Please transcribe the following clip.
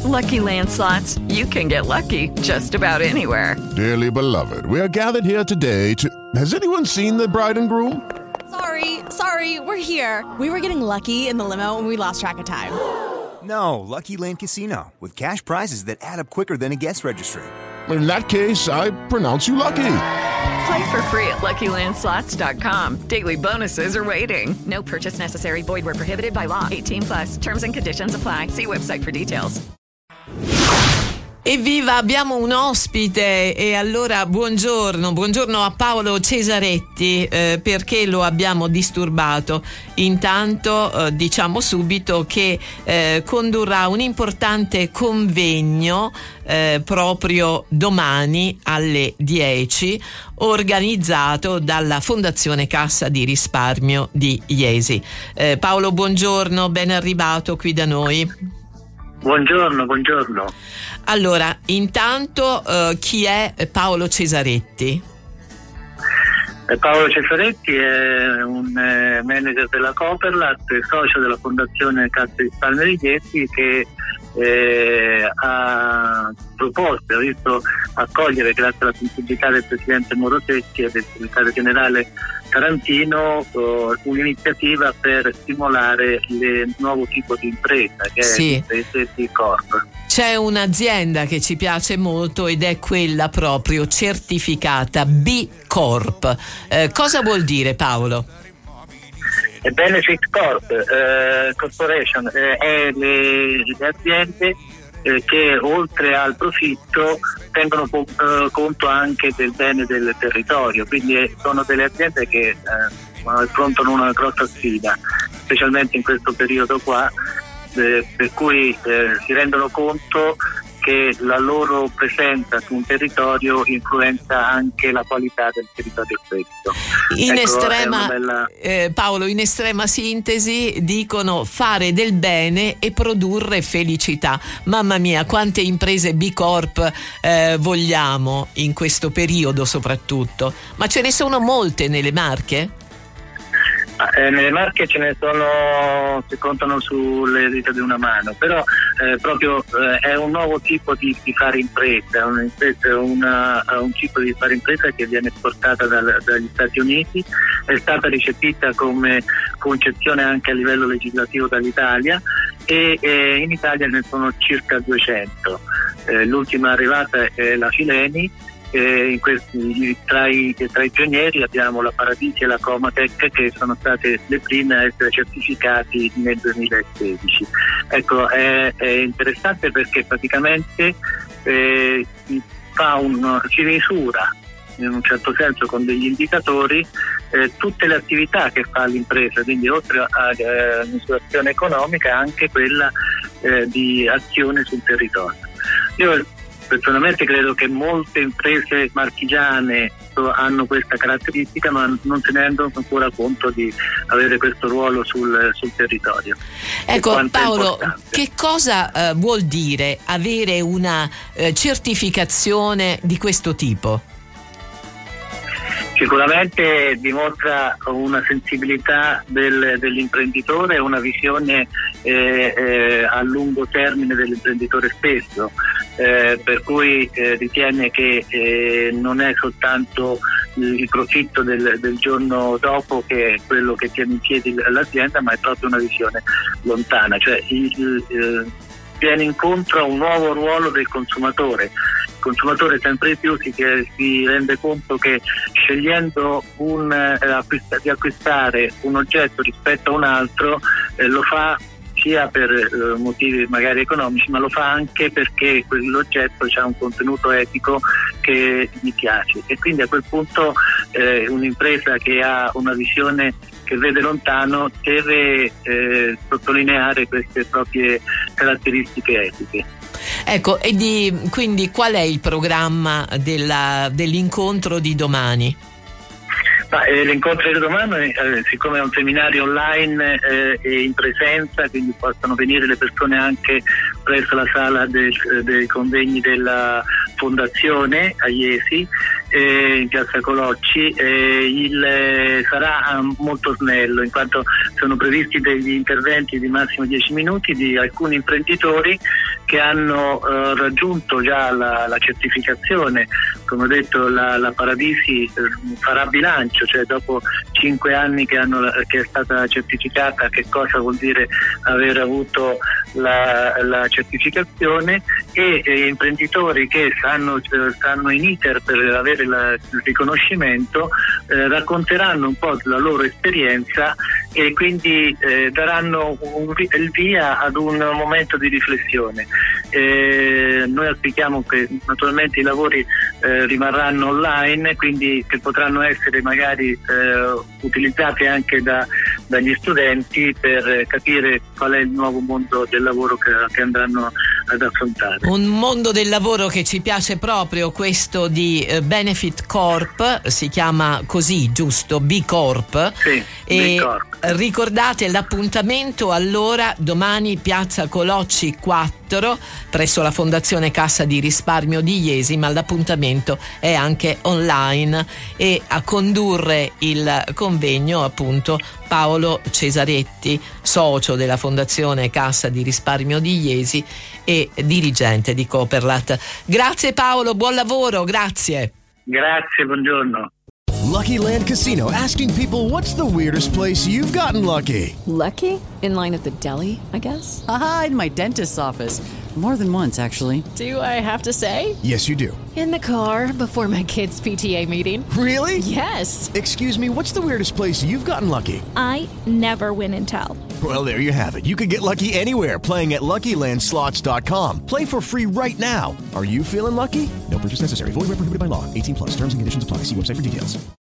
Lucky Land Slots, you can get lucky just about anywhere. Dearly beloved, we are gathered here today to... Has anyone seen the bride and groom? Sorry, we're here. We were getting lucky in the limo and we lost track of time. No, Lucky Land Casino, with cash prizes that add up quicker than a guest registry. In that case, I pronounce you lucky. Play for free at LuckyLandSlots.com. Daily bonuses are waiting. No purchase necessary. Void where prohibited by law. 18+. Terms and conditions apply. See website for details. Evviva, abbiamo un ospite e allora buongiorno a Paolo Cesaretti, perché lo abbiamo disturbato. Intanto diciamo subito che condurrà un importante convegno proprio domani alle 10, organizzato dalla Fondazione Cassa di Risparmio di Iesi. Paolo, buongiorno, ben arrivato qui da noi. Buongiorno. Allora, intanto chi è Paolo Cesaretti? Paolo Cesaretti è un manager della Coperlat, socio della Fondazione Cassa di Risparmio di Iesi, che ha proposto, ha visto accogliere, grazie alla sensibilità del Presidente Morosecchi e del Segretario Generale Tarantino, un'iniziativa per stimolare il nuovo tipo di impresa, che è l'impresa B Corp. C'è un'azienda che ci piace molto ed è quella proprio certificata B Corp. Cosa vuol dire, Paolo? Benefit Corporation è le aziende che oltre al profitto tengono conto anche del bene del territorio, quindi sono delle aziende che affrontano una grossa sfida, specialmente in questo periodo qua, per cui si rendono conto che la loro presenza su un territorio influenza anche la qualità del territorio stesso. Paolo, in estrema sintesi dicono fare del bene e produrre felicità. Mamma mia, quante imprese B Corp vogliamo in questo periodo soprattutto, ma ce ne sono molte nelle Marche? Nelle Marche ce ne sono, si contano sulle dita di una mano, però proprio è un nuovo tipo di fare impresa, un tipo di fare impresa che viene esportata dagli Stati Uniti, è stata recepita come concezione anche a livello legislativo dall'Italia e in Italia ne sono circa 200. L'ultima arrivata è la Fileni. Tra i pionieri abbiamo la Paradisi e la Comatec, che sono state le prime a essere certificati nel 2016. Ecco, è interessante perché praticamente si misura in un certo senso con degli indicatori tutte le attività che fa l'impresa, quindi oltre alla misurazione economica anche quella di azione sul territorio. Io personalmente credo che molte imprese marchigiane hanno questa caratteristica, ma non tenendo ancora conto di avere questo ruolo sul territorio. Ecco, Paolo, che cosa vuol dire avere una certificazione di questo tipo? Sicuramente dimostra una sensibilità dell'imprenditore e una visione a lungo termine dell'imprenditore stesso, per cui ritiene che non è soltanto il profitto del giorno dopo che è quello che tiene in piedi l'azienda, ma è proprio una visione lontana, cioè viene incontro a un nuovo ruolo del consumatore. Il consumatore sempre di più si rende conto che scegliendo di acquistare un oggetto rispetto a un altro lo fa sia per motivi magari economici, ma lo fa anche perché quell'oggetto ha un contenuto etico che gli piace, e quindi a quel punto un'impresa che ha una visione che vede lontano deve sottolineare queste proprie caratteristiche etiche. Ecco, quindi qual è il programma dell'incontro di domani? L'incontro di domani, siccome è un seminario online e in presenza, quindi possono venire le persone anche presso la sala dei convegni della Fondazione a Iesi, in piazza Colocci, sarà molto snello, in quanto sono previsti degli interventi di massimo 10 minuti di alcuni imprenditori che hanno raggiunto già la certificazione. Come ho detto, la Paradisi farà bilancio, cioè dopo 5 anni che è stata certificata, che cosa vuol dire aver avuto la certificazione, e imprenditori che stanno in iter per avere il riconoscimento racconteranno un po' la loro esperienza e quindi daranno il via ad un momento di riflessione. Noi auspichiamo che naturalmente i lavori rimarranno online, quindi che potranno essere magari utilizzati anche dagli studenti per capire qual è il nuovo mondo del lavoro che andranno ad affrontare. Un mondo del lavoro che ci piace proprio, questo di Benefit Corp, si chiama così, giusto? B Corp. Sì, B Corp. Ricordate l'appuntamento allora domani, Piazza Colocci 4, presso la Fondazione Cassa di Risparmio di Jesi, ma l'appuntamento è anche online, e a condurre il convegno appunto Paolo Cesaretti, socio della Fondazione Cassa di Risparmio di Jesi e dirigente di Cooperlat. Grazie Paolo, buon lavoro, grazie. Grazie, buongiorno. Lucky Land Casino, asking people, what's the weirdest place you've gotten lucky? Lucky? In line at the deli, I guess? Aha, in my dentist's office. More than once, actually. Do I have to say? Yes, you do. In the car before my kids' PTA meeting. Really? Yes. Excuse me, what's the weirdest place you've gotten lucky? I never win and tell. Well, there you have it. You can get lucky anywhere, playing at LuckyLandSlots.com. Play for free right now. Are you feeling lucky? No purchase necessary. Void where prohibited by law. 18+. Terms and conditions apply. See website for details.